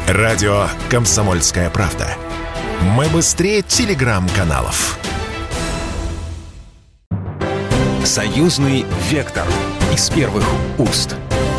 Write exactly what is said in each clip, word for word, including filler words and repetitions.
Радио «Комсомольская правда». Мы быстрее телеграм-каналов. Союзный вектор из первых уст.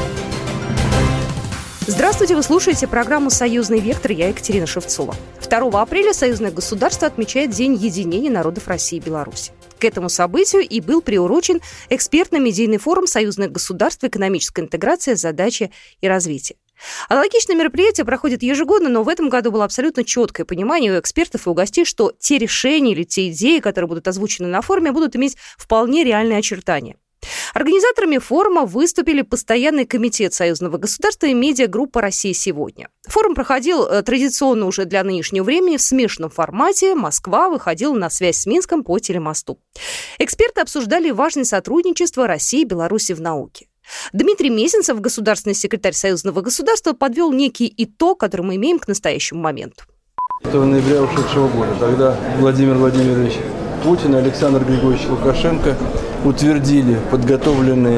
Здравствуйте, вы слушаете программу «Союзный вектор», я Екатерина Шевцова. второго апреля союзное государство отмечает День единения народов России и Беларуси. К этому событию и был приурочен экспертно-медийный форум «Союзных государств. Экономическая интеграция, задачи и развитие». Аналогичное мероприятие проходит ежегодно, но в этом году было абсолютно четкое понимание у экспертов и у гостей, что те решения или те идеи, которые будут озвучены на форуме, будут иметь вполне реальные очертания. Организаторами форума выступили Постоянный комитет союзного государства и медиагруппа «Россия сегодня». Форум проходил традиционно уже для нынешнего времени в смешанном формате. Москва выходила на связь с Минском по телемосту. Эксперты обсуждали важность сотрудничества России и Беларуси в науке. Дмитрий Мезенцев, государственный секретарь союзного государства, подвел некий итог, который мы имеем к настоящему моменту. пятого ноября ушедшего года, когда Владимир Владимирович Путин и Александр Григорьевич Лукашенко утвердили подготовленные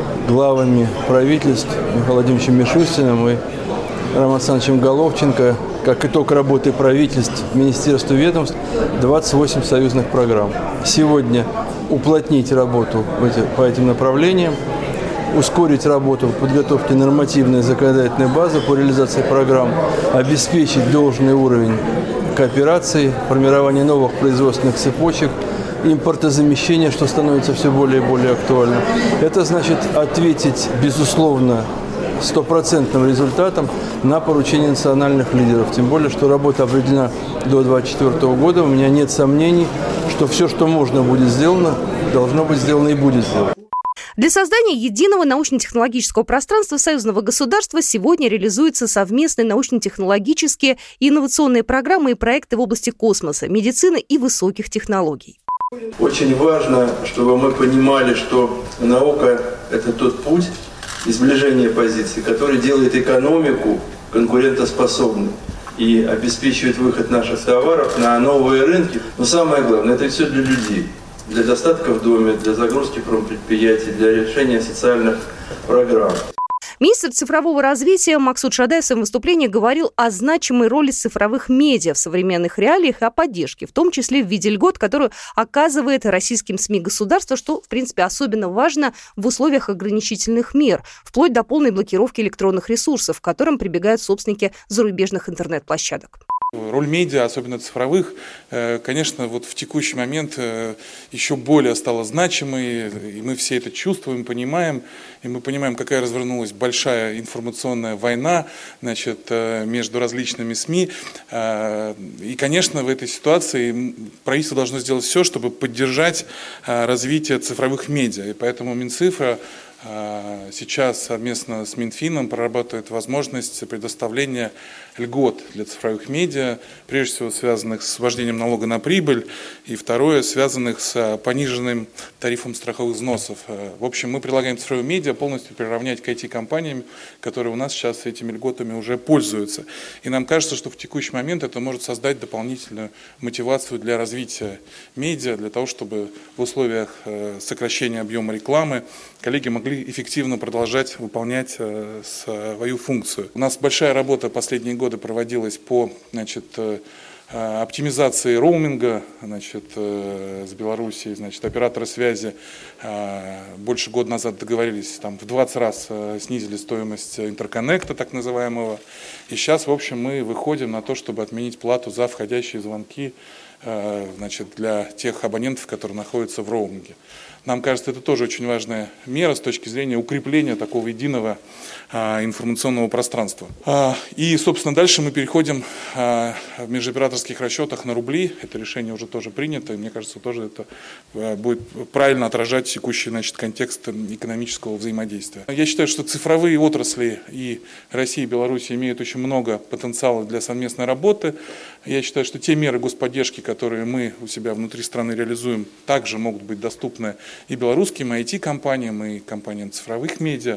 главами правительств Михаилом Владимировичем Мишустиным и Романом Александровичем Головченко, как итог работы правительств, министерств и ведомств, двадцать восемь союзных программ. Сегодня уплотнить работу по этим направлениям, ускорить работу в подготовке нормативной и законодательной базы по реализации программ, обеспечить должный уровень кооперации, формирование новых производственных цепочек, импортозамещение, что становится все более и более актуальным. Это значит ответить, безусловно, стопроцентным результатом на поручение национальных лидеров. Тем более, что работа определена до двадцать четвёртого года. У меня нет сомнений, что все, что можно будет сделано, должно быть сделано и будет сделано. Для создания единого научно-технологического пространства союзного государства сегодня реализуются совместные научно-технологические и инновационные программы и проекты в области космоса, медицины и высоких технологий. Очень важно, чтобы мы понимали, что наука – это тот путь и сближение позиций, который делает экономику конкурентоспособной и обеспечивает выход наших товаров на новые рынки. Но самое главное – это все для людей. Для достатка в доме, для загрузки промпредприятий, для решения социальных программ. Министр цифрового развития Максут Шадаев в своем выступлении говорил о значимой роли цифровых медиа в современных реалиях и о поддержке, в том числе в виде льгот, которую оказывает российским СМИ государство, что, в принципе, особенно важно в условиях ограничительных мер, вплоть до полной блокировки электронных ресурсов, к которым прибегают собственники зарубежных интернет-площадок. Роль медиа, особенно цифровых, конечно, вот в текущий момент еще более стала значимой, и мы все это чувствуем, понимаем, и мы понимаем, какая развернулась большая информационная война, значит, между различными СМИ. И, конечно, в этой ситуации правительство должно сделать все, чтобы поддержать развитие цифровых медиа, и поэтому Минцифра сейчас совместно с Минфином прорабатывает возможность предоставления льгот для цифровых медиа, прежде всего связанных с ввождением налога на прибыль, и второе, связанных с пониженным тарифом страховых взносов. В общем, мы предлагаем цифровые медиа полностью приравнять к ай ти-компаниям, которые у нас сейчас этими льготами уже пользуются. И нам кажется, что в текущий момент это может создать дополнительную мотивацию для развития медиа, для того, чтобы в условиях сокращения объема рекламы коллеги могли эффективно продолжать выполнять свою функцию. У нас большая работа последние годы проводилась по, значит, оптимизации роуминга, значит, с Белоруссией, значит, операторы связи больше года назад договорились, там, в двадцать раз снизили стоимость интерконнекта, так называемого. И сейчас, в общем, мы выходим на то, чтобы отменить плату за входящие звонки, значит, для тех абонентов, которые находятся в роуминге. Нам кажется, это тоже очень важная мера с точки зрения укрепления такого единого а, информационного пространства. А, и, собственно, дальше мы переходим а, в межоператорских расчетах на рубли. Это решение уже тоже принято, и мне кажется, тоже это а, будет правильно отражать текущий, значит, контекст экономического взаимодействия. Я считаю, что цифровые отрасли и Россия, и Беларусь имеют очень много потенциала для совместной работы. Я считаю, что те меры господдержки, которые мы у себя внутри страны реализуем, также могут быть доступны и белорусским ай ти-компаниям, и компаниям цифровых медиа.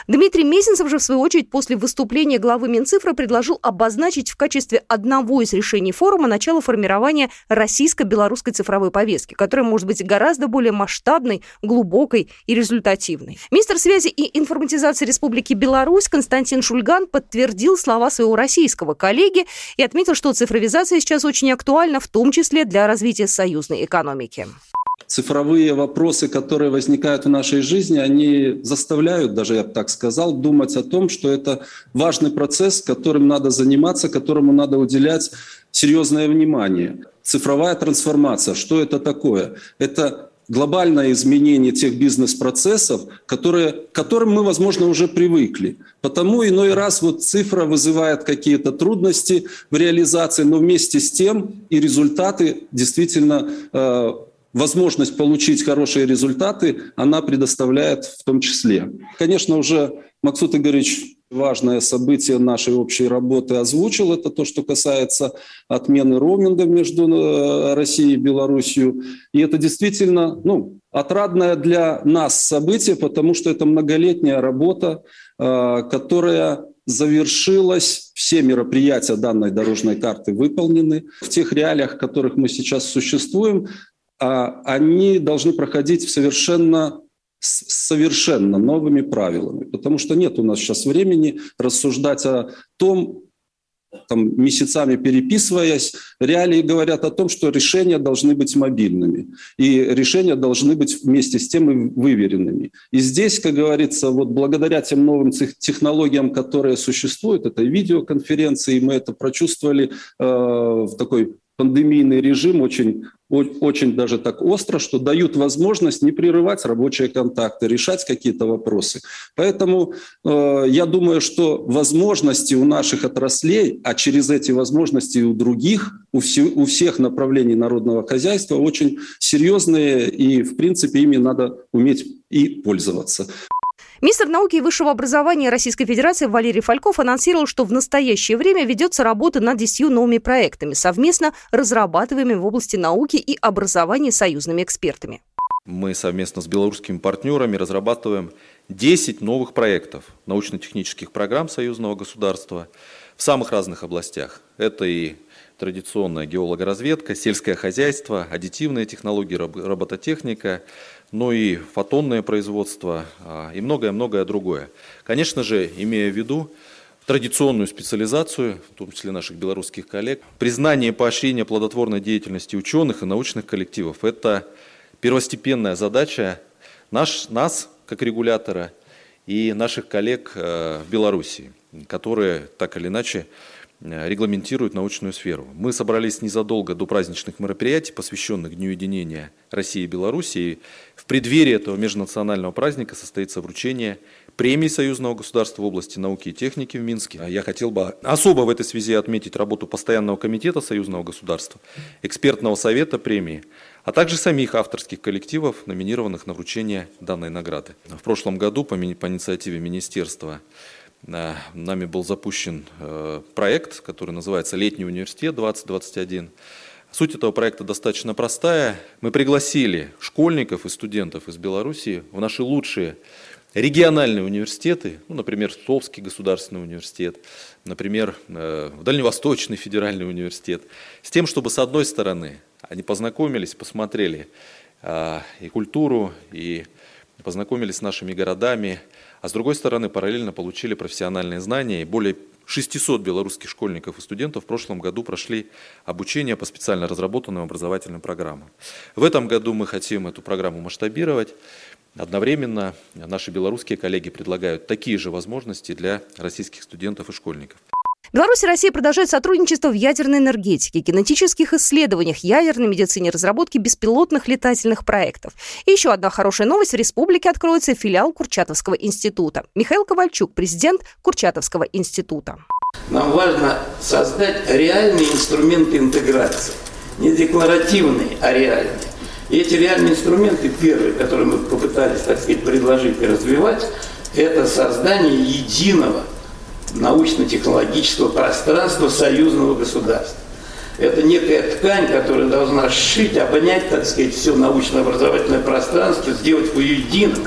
Дмитрий Мезенцев же, в свою очередь, после выступления главы Минцифры предложил обозначить в качестве одного из решений форума начало формирования российско-белорусской цифровой повестки, которая может быть гораздо более масштабной, глубокой и результативной. Министр связи и информатизации Республики Беларусь Константин Шульган подтвердил слова своего российского коллеги и отметил, что цифровизация сейчас очень актуальна, в том числе для развития союзной экономики. Цифровые вопросы, которые возникают в нашей жизни, они заставляют, даже я бы так сказал, думать о том, что это важный процесс, которым надо заниматься, которому надо уделять серьезное внимание. Цифровая трансформация, что это такое? Это глобальное изменение тех бизнес-процессов, которые, к которым мы, возможно, уже привыкли. Потому иной раз вот цифра вызывает какие-то трудности в реализации, но вместе с тем и результаты действительно э, возможность получить хорошие результаты она предоставляет в том числе. Конечно, уже Максут Игоревич важное событие нашей общей работы озвучил. Это то, что касается отмены роуминга между Россией и Беларусью. И это действительно ну, отрадное для нас событие, потому что это многолетняя работа, которая завершилась, все мероприятия данной дорожной карты выполнены. В тех реалиях, в которых мы сейчас существуем, они должны проходить в совершенно, совершенно новыми правилами, потому что нет у нас сейчас времени рассуждать о том, там, месяцами переписываясь, реалии говорят о том, что решения должны быть мобильными, и решения должны быть вместе с тем и выверенными. И здесь, как говорится, вот благодаря тем новым технологиям, которые существуют, это видеоконференции, мы это прочувствовали э, в такой пандемийный режим очень, очень даже так остро, что дают возможность не прерывать рабочие контакты, решать какие-то вопросы. Поэтому э, я думаю, что возможности у наших отраслей, а через эти возможности и у других, у, все, у всех направлений народного хозяйства очень серьезные, и в принципе ими надо уметь и пользоваться. Министр науки и высшего образования Российской Федерации Валерий Фальков анонсировал, что в настоящее время ведется работа над десятью новыми проектами, совместно разрабатываемыми в области науки и образования союзными экспертами. Мы совместно с белорусскими партнерами разрабатываем десять новых проектов научно-технических программ союзного государства в самых разных областях. Это и традиционная геологоразведка, сельское хозяйство, аддитивные технологии, робототехника, но и фотонное производство и многое-многое другое. Конечно же, имея в виду традиционную специализацию, в том числе наших белорусских коллег, признание и поощрение плодотворной деятельности ученых и научных коллективов – это первостепенная задача наш, нас, как регулятора, и наших коллег в Беларуси, которые так или иначе регламентируют научную сферу. Мы собрались незадолго до праздничных мероприятий, посвященных Дню единения России и Беларуси. И в преддверии этого межнационального праздника состоится вручение премии союзного государства в области науки и техники в Минске. Я хотел бы особо в этой связи отметить работу Постоянного комитета союзного государства, экспертного совета премии, а также самих авторских коллективов, номинированных на вручение данной награды. В прошлом году по инициативе министерства нами был запущен проект, который называется «Летний университет двадцать двадцать один». Суть этого проекта достаточно простая. Мы пригласили школьников и студентов из Беларуси в наши лучшие региональные университеты, ну, например, Псковский государственный университет, например, в Дальневосточный федеральный университет, с тем, чтобы с одной стороны они познакомились, посмотрели и культуру, и познакомились с нашими городами, а с другой стороны параллельно получили профессиональные знания. И более шестисот белорусских школьников и студентов в прошлом году прошли обучение по специально разработанным образовательным программам. В этом году мы хотим эту программу масштабировать. Одновременно наши белорусские коллеги предлагают такие же возможности для российских студентов и школьников. Беларусь и Россия продолжают сотрудничество в ядерной энергетике, кинетических исследованиях, ядерной медицине, разработке беспилотных летательных проектов. И еще одна хорошая новость. В республике откроется филиал Курчатовского института. Михаил Ковальчук, президент Курчатовского института. Нам важно создать реальные инструменты интеграции. Не декларативные, а реальные. И эти реальные инструменты, первые, которые мы попытались, так сказать, предложить и развивать, это создание единого научно-технологического пространства союзного государства. Это некая ткань, которая должна сшить, обнять, так сказать, все научно-образовательное пространство, сделать его единым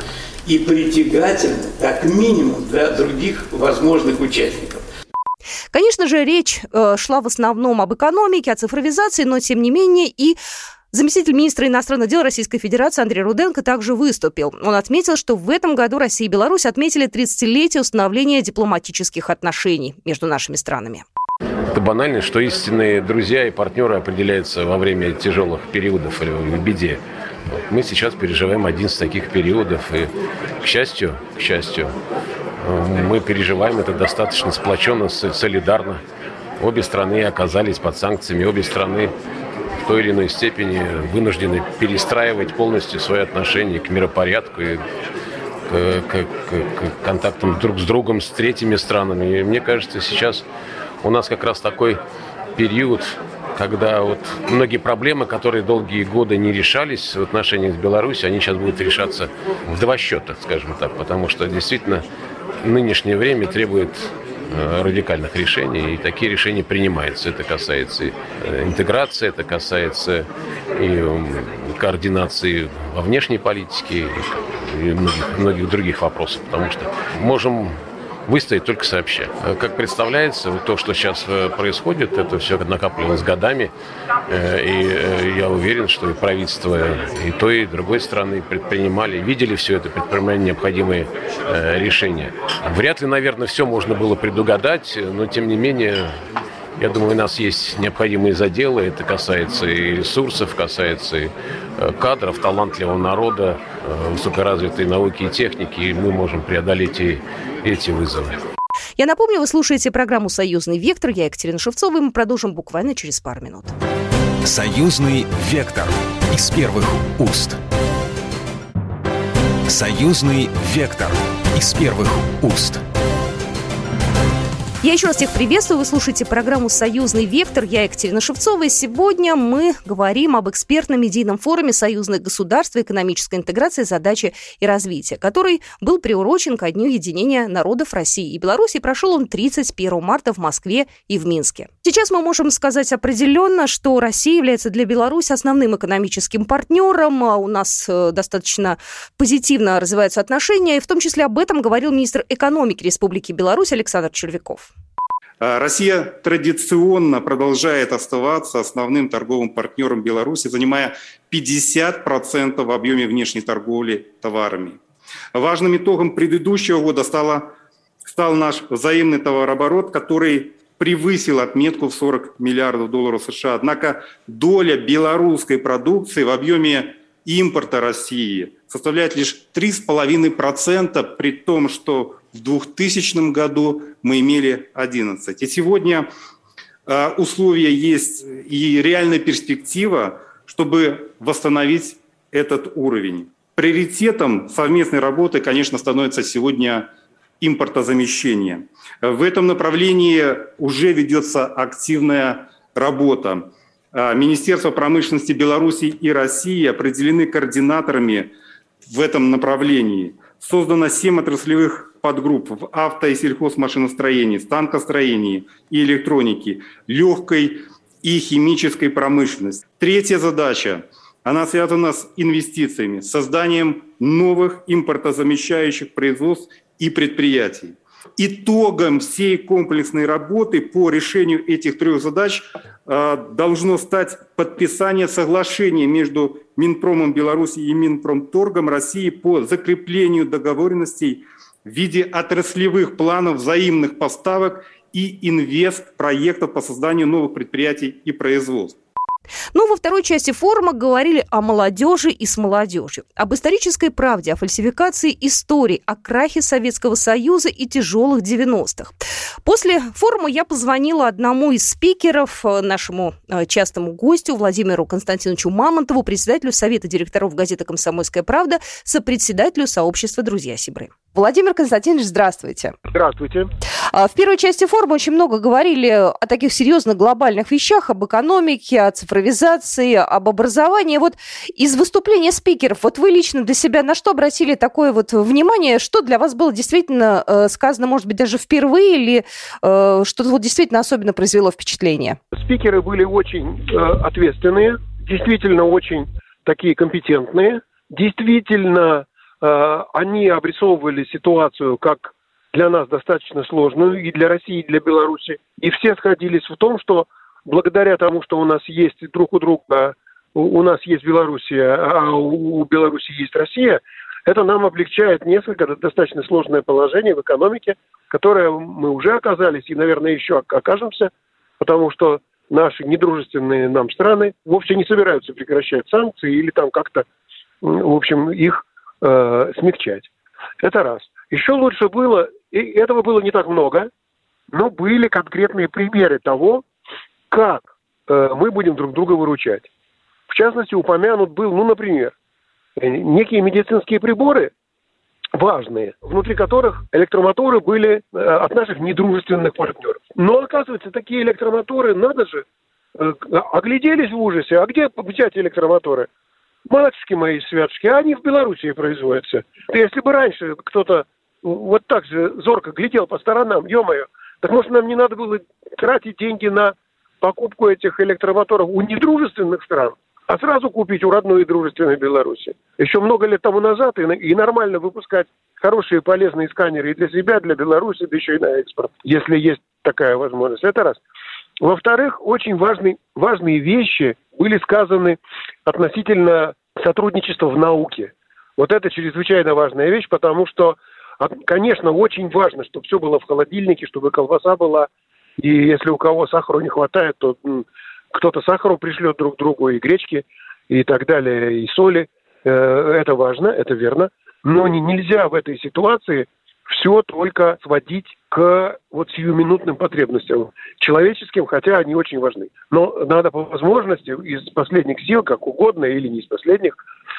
и притягательны, как минимум, для других возможных участников. Конечно же, речь э, шла в основном об экономике, о цифровизации, но, тем не менее, и заместитель министра иностранных дел Российской Федерации Андрей Руденко также выступил. Он отметил, что в этом году Россия и Беларусь отметили тридцатилетие установления дипломатических отношений между нашими странами. Это банально, что истинные друзья и партнеры определяются во время тяжелых периодов или в беде. Мы сейчас переживаем один из таких периодов, и, к счастью, к счастью, мы переживаем это достаточно сплоченно, солидарно. Обе страны оказались под санкциями, обе страны в той или иной степени вынуждены перестраивать полностью свои отношения к миропорядку и к, к, к контактам друг с другом, с третьими странами. И мне кажется, сейчас у нас как раз такой период, когда вот многие проблемы, которые долгие годы не решались в отношениях с Беларусью, они сейчас будут решаться в два счета, скажем так, потому что действительно нынешнее время требует радикальных решений, и такие решения принимаются. Это касается и интеграции, это касается и координации во внешней политике, и многих, многих других вопросов, потому что можем выстоять только сообща. Как представляется, то, что сейчас происходит, это все накапливалось годами, и я уверен, что и правительство и той, и другой страны предпринимали, видели все это, предпринимали необходимые решения. Вряд ли, наверное, все можно было предугадать, но, тем не менее, я думаю, у нас есть необходимые заделы. Это касается и ресурсов, касается и кадров, талантливого народа, высокоразвитой науки и техники, и мы можем преодолеть и эти вызовы. Я напомню, вы слушаете программу «Союзный вектор». Я Екатерина Шевцова, и мы продолжим буквально через пару минут. «Союзный вектор» из первых уст. «Союзный вектор» из первых уст. Я еще раз всех приветствую. Вы слушаете программу «Союзный вектор». Я Екатерина Шевцова. И сегодня мы говорим об экспертном медийном форуме «Союзных государств. Экономической интеграции, задачи и развития», который был приурочен ко Дню единения народов России и Беларуси. Прошел он тридцать первого марта в Москве и в Минске. Сейчас мы можем сказать определенно, что Россия является для Беларуси основным экономическим партнером. У нас достаточно позитивно развиваются отношения. И в том числе об этом говорил министр экономики Республики Беларусь Александр Червяков. Россия традиционно продолжает оставаться основным торговым партнером Беларуси, занимая пятьдесят процентов в объеме внешней торговли товарами. Важным итогом предыдущего года стало, стал наш взаимный товарооборот, который превысил отметку в сорок миллиардов долларов США. Однако доля белорусской продукции в объеме импорта России составляет лишь три с половиной процента, при том, что в двухтысячном году мы имели одиннадцать. И сегодня э, условия есть и реальная перспектива, чтобы восстановить этот уровень. Приоритетом совместной работы, конечно, становится сегодня импортозамещение. В этом направлении уже ведется активная работа. Министерство промышленности Беларуси и России определены координаторами в этом направлении. Создано семь отраслевых подгрупп в авто- и сельхозмашиностроении, станкостроении и электронике, легкой и химической промышленности. Третья задача, она связана с инвестициями, созданием новых импортозамещающих производств и предприятий. Итогом всей комплексной работы по решению этих трех задач э, должно стать подписание соглашения между Минпромом Беларуси и Минпромторгом России по закреплению договоренностей в виде отраслевых планов взаимных поставок и инвестпроектов по созданию новых предприятий и производств. Ну, во второй части форума говорили о молодежи и с молодежью, об исторической правде, о фальсификации истории, о крахе Советского Союза и тяжелых девяностых. После форума я позвонила одному из спикеров, нашему частому гостю Владимиру Константиновичу Мамонтову, председателю Совета директоров газеты «Комсомольская правда», сопредседателю сообщества «Друзья Сибры». Владимир Константинович, здравствуйте. Здравствуйте. В первой части форума очень много говорили о таких серьезных глобальных вещах, об экономике, о цифровизации, об образовании. Вот из выступления спикеров, вот вы лично для себя на что обратили такое вот внимание, что для вас было действительно э, сказано, может быть, даже впервые, или э, что-то вот действительно особенно произвело впечатление? Спикеры были очень э, ответственные, действительно очень такие компетентные, действительно э, они обрисовывали ситуацию как для нас достаточно сложную и для России, и для Беларуси. И все сходились в том, что благодаря тому, что у нас есть друг у друга, у нас есть Белоруссия, а у Беларуси есть Россия, это нам облегчает несколько достаточно сложное положение в экономике, в которое мы уже оказались и, наверное, еще окажемся, потому что наши недружественные нам страны вовсе не собираются прекращать санкции или там как-то, в общем, их э, смягчать. Это раз. Еще лучше было, и этого было не так много, но были конкретные примеры того, как э, мы будем друг друга выручать. В частности, упомянут был, ну, например, некие медицинские приборы важные, внутри которых электромоторы были э, от наших недружественных партнеров. Но, оказывается, такие электромоторы, надо же, э, огляделись в ужасе. А где взять электромоторы? Матушки мои святушки, они в Белоруссии производятся. Если бы раньше кто-то вот так же зорко глядел по сторонам, ё-моё, так может нам не надо было тратить деньги на покупку этих электромоторов у недружественных стран, а сразу купить у родной и дружественной Беларуси. Еще много лет тому назад и, и нормально выпускать хорошие полезные сканеры и для себя, для Беларуси, да еще и на экспорт, если есть такая возможность. Это раз. Во-вторых, очень важный, важные вещи были сказаны относительно сотрудничества в науке. Вот это чрезвычайно важная вещь, потому что, конечно, очень важно, чтобы все было в холодильнике, чтобы колбаса была, и если у кого сахара не хватает, то кто-то сахару пришлет друг другу, и гречки, и так далее, и соли. Это важно, это верно. Но нельзя в этой ситуации все только сводить к вот сиюминутным потребностям человеческим, хотя они очень важны. Но надо по возможности из последних сил, как угодно, или не из последних,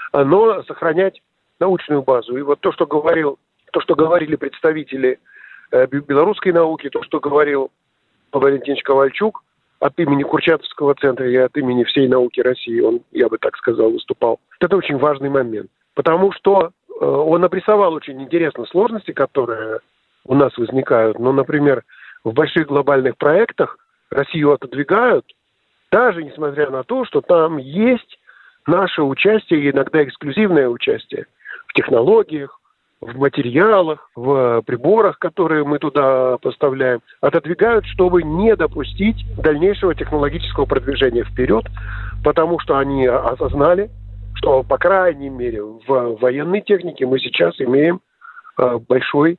но сохранять научную базу. И вот то, что говорил, то, что говорили представители белорусской науки, то, что говорил Валентинович Ковальчук от имени Курчатовского центра и от имени всей науки России, он, я бы так сказал, выступал. Это очень важный момент. Потому что э, он обрисовал очень интересно сложности, которые у нас возникают. Ну, например, в больших глобальных проектах Россию отодвигают, даже несмотря на то, что там есть наше участие, иногда эксклюзивное участие в технологиях, в материалах, в приборах, которые мы туда поставляем, отодвигают, чтобы не допустить дальнейшего технологического продвижения вперед, потому что они осознали, что, по крайней мере, в военной технике мы сейчас имеем большой,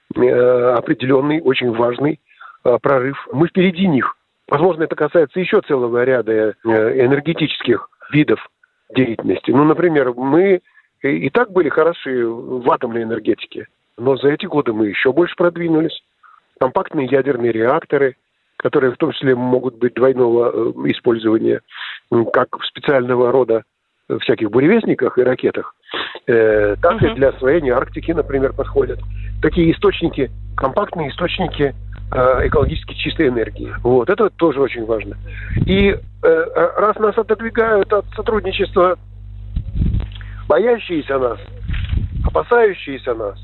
определенный, очень важный прорыв. Мы впереди них. Возможно, это касается еще целого ряда энергетических видов деятельности. Ну, например, мы и так были хороши в атомной энергетике, но за эти годы мы еще больше продвинулись. Компактные ядерные реакторы, которые в том числе могут быть двойного использования, как в специального рода всяких буревестниках и ракетах, э, так uh-huh. и для освоения Арктики, например, подходят. Такие источники, компактные источники э, экологически чистой энергии. Вот, это тоже очень важно. И э, раз нас отодвигают от сотрудничества боящиеся нас, опасающиеся нас,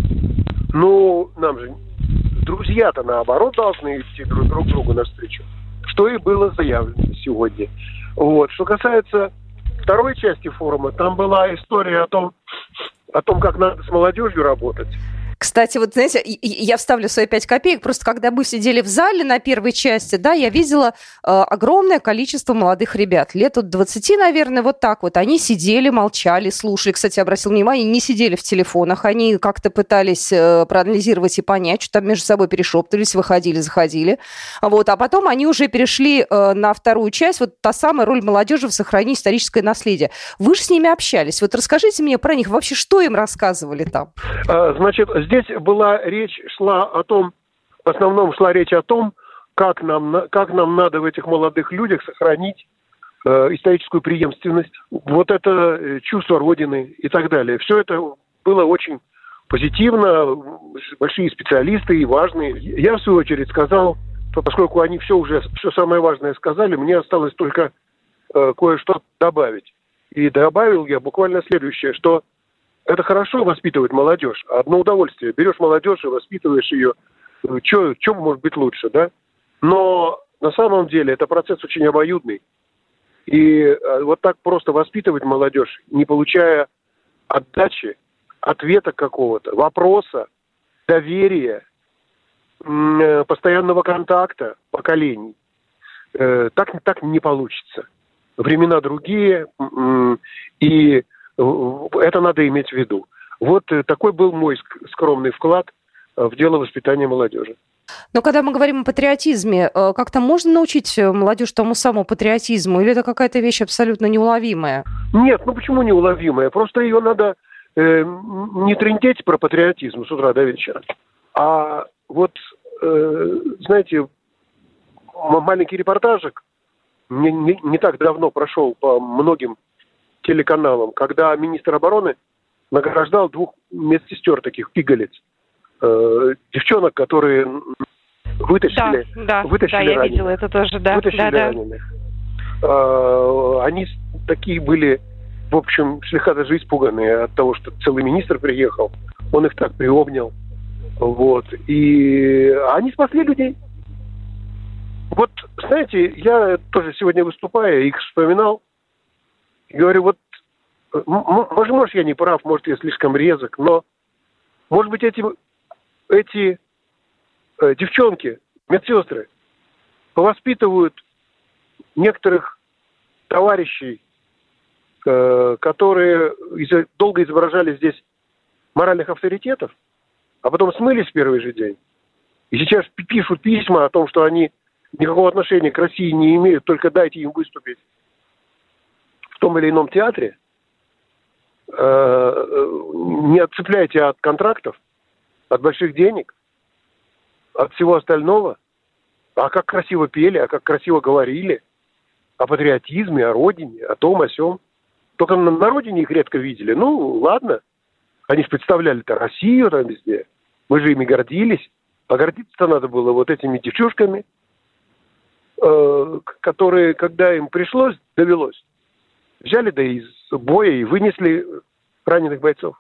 ну, нам же друзья-то, наоборот, должны идти друг, друг другу навстречу, что и было заявлено сегодня. Вот. Что касается второй части форума, там была история о том, о том, как надо с молодежью работать. Кстати, вот, знаете, я вставлю свои пять копеек. Просто когда мы сидели в зале на первой части, да, я видела э, огромное количество молодых ребят. Лет от двадцати, наверное, вот так вот. Они сидели, молчали, слушали. Кстати, обратил внимание, не сидели в телефонах. Они как-то пытались э, проанализировать и понять, что там между собой перешептывались, выходили, заходили. Вот. А потом они уже перешли э, на вторую часть. Вот та самая роль молодежи в сохранении историческое наследие. Вы же с ними общались. Вот расскажите мне про них. Вообще, что им рассказывали там? Значит, здесь была речь, шла о том, в основном шла речь о том, как нам, как нам надо в этих молодых людях сохранить э, историческую преемственность, вот это чувство Родины и так далее. Все это было очень позитивно, большие специалисты и важные. Я, в свою очередь, сказал, что поскольку они все уже, все самое важное сказали, мне осталось только э, кое-что добавить. И добавил я буквально следующее, что это хорошо воспитывать молодежь, одно удовольствие. Берешь молодежь и воспитываешь ее, что может быть лучше, да? Но на самом деле это процесс очень обоюдный. И вот так просто воспитывать молодежь, не получая отдачи, ответа какого-то, вопроса, доверия, постоянного контакта поколений. Так, так не получится. Времена другие, и это надо иметь в виду. Вот такой был мой скромный вклад в дело воспитания молодежи. Но когда мы говорим о патриотизме, как-то можно научить молодежь тому самому патриотизму, или это какая-то вещь абсолютно неуловимая? Нет, ну почему неуловимая? Просто ее надо э, не трындеть про патриотизм с утра до вечера. А вот, э, знаете, маленький репортажик не, не, не так давно прошел по многим телеканалам, когда министр обороны награждал двух медсестер, таких пигалиц, э, девчонок, которые вытащили, да, да, вытащили да, я раненых. видела это тоже, да. Вытащили да, да. раненых. Э, они такие были, в общем, слегка даже испуганные от того, что целый министр приехал. Он их так приобнял. Вот. И они спасли людей. Вот, знаете, я тоже сегодня выступая, их вспоминал. И говорю, вот, может, может, я не прав, может, я слишком резок, но, может быть, эти, эти э, девчонки, медсестры, повоспитывают некоторых товарищей, э, которые из- долго изображали здесь моральных авторитетов, а потом смылись в первый же день. И сейчас пишут письма о том, что они никакого отношения к России не имеют, только дайте им выступить в том или ином театре. Не отцепляйте от контрактов, от больших денег, от всего остального. А как красиво пели, а как красиво говорили о патриотизме, о родине, о том, о сём. Только на, на родине их редко видели. Ну, ладно. Они же представляли-то Россию там везде. Мы же ими гордились. А гордиться-то надо было вот этими девчушками, э, которые, когда им пришлось, довелось, взяли да из боя и вынесли раненых бойцов.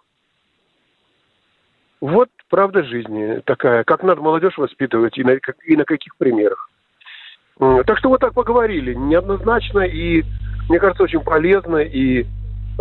Вот правда жизни такая. Как надо молодежь воспитывать и на, и на каких примерах. Так что вот так поговорили. Неоднозначно и, мне кажется, очень полезно. И, э,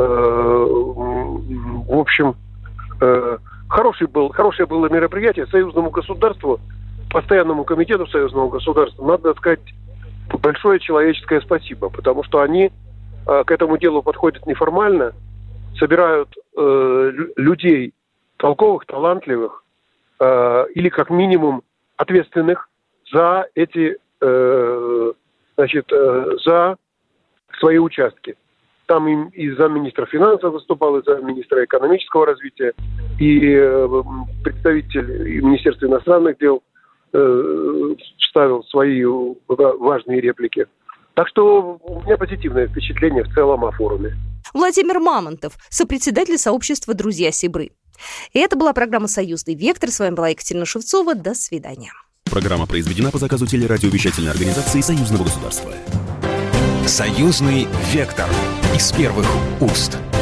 в общем, э, хороший был, хорошее было мероприятие. Союзному государству, постоянному комитету Союзного государства, надо сказать большое человеческое спасибо. Потому что они к этому делу подходят неформально, собирают э, людей толковых, талантливых э, или как минимум ответственных за эти, э, значит, э, за свои участки. Там им и замминистра финансов выступал, и замминистра экономического развития, и э, представитель Министерства иностранных дел э, вставил свои важные реплики. Так что у меня позитивное впечатление в целом о форуме. Владимир Мамонтов, сопредседатель сообщества «Друзья Сибры». И это была программа «Союзный вектор». С вами была Екатерина Шевцова. До свидания. Программа произведена по заказу телерадиовещательной организации Союзного государства. «Союзный вектор» из первых уст.